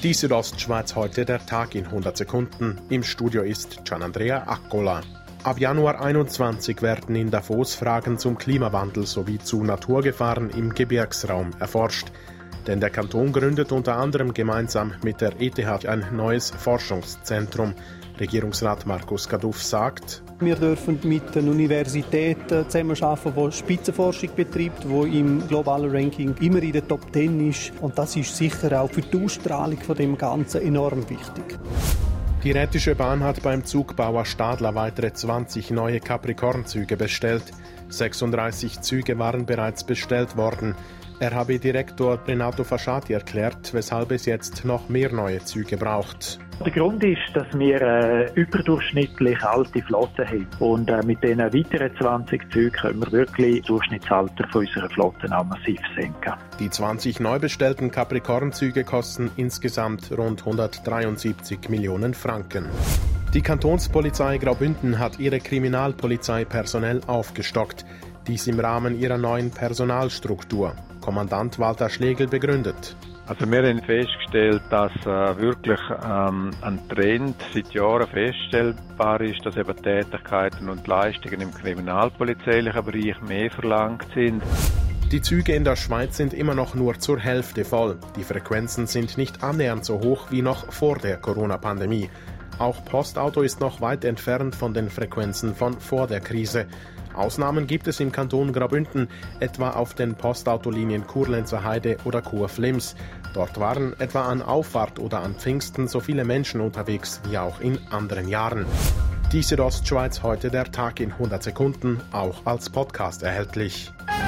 Die Südostschweiz heute, der Tag in 100 Sekunden. Im Studio ist Gianandrea Accola. Ab Januar 2021 werden in Davos Fragen zum Klimawandel sowie zu Naturgefahren im Gebirgsraum erforscht. Denn der Kanton gründet unter anderem gemeinsam mit der ETH ein neues Forschungszentrum. Regierungsrat Markus Kaduff sagt: Wir dürfen mit den Universitäten zusammenarbeiten, die Spitzenforschung betreibt, die im globalen Ranking immer in der Top 10 ist. Und das ist sicher auch für die Ausstrahlung von dem Ganzen enorm wichtig. Die Rätische Bahn hat beim Zugbauer Stadler weitere 20 neue Capricorn-Züge bestellt. 36 Züge waren bereits bestellt worden. RHB-Direktor Renato Fasciati erklärt, weshalb es jetzt noch mehr neue Züge braucht. Der Grund ist, dass wir überdurchschnittlich alte Flotte haben. Und mit diesen weiteren 20 Zügen können wir wirklich das Durchschnittsalter von unserer Flotte auch massiv senken. Die 20 neu bestellten Capricorn-Züge kosten insgesamt rund 173 Millionen Franken. Die Kantonspolizei Graubünden hat ihre Kriminalpolizei personell aufgestockt. Dies im Rahmen ihrer neuen Personalstruktur. Kommandant Walter Schlegel begründet: Also wir haben festgestellt, dass wirklich ein Trend seit Jahren feststellbar ist, dass eben Tätigkeiten und Leistungen im kriminalpolizeilichen Bereich mehr verlangt sind. Die Züge in der Schweiz sind immer noch nur zur Hälfte voll. Die Frequenzen sind nicht annähernd so hoch wie noch vor der Corona-Pandemie. Auch Postauto ist noch weit entfernt von den Frequenzen von vor der Krise. Ausnahmen gibt es im Kanton Graubünden, etwa auf den Postautolinien Kurlenzer Heide oder Chur-Flims. Dort waren etwa an Auffahrt oder an Pfingsten so viele Menschen unterwegs wie auch in anderen Jahren. Die Südostschweiz heute, der Tag in 100 Sekunden, auch als Podcast erhältlich.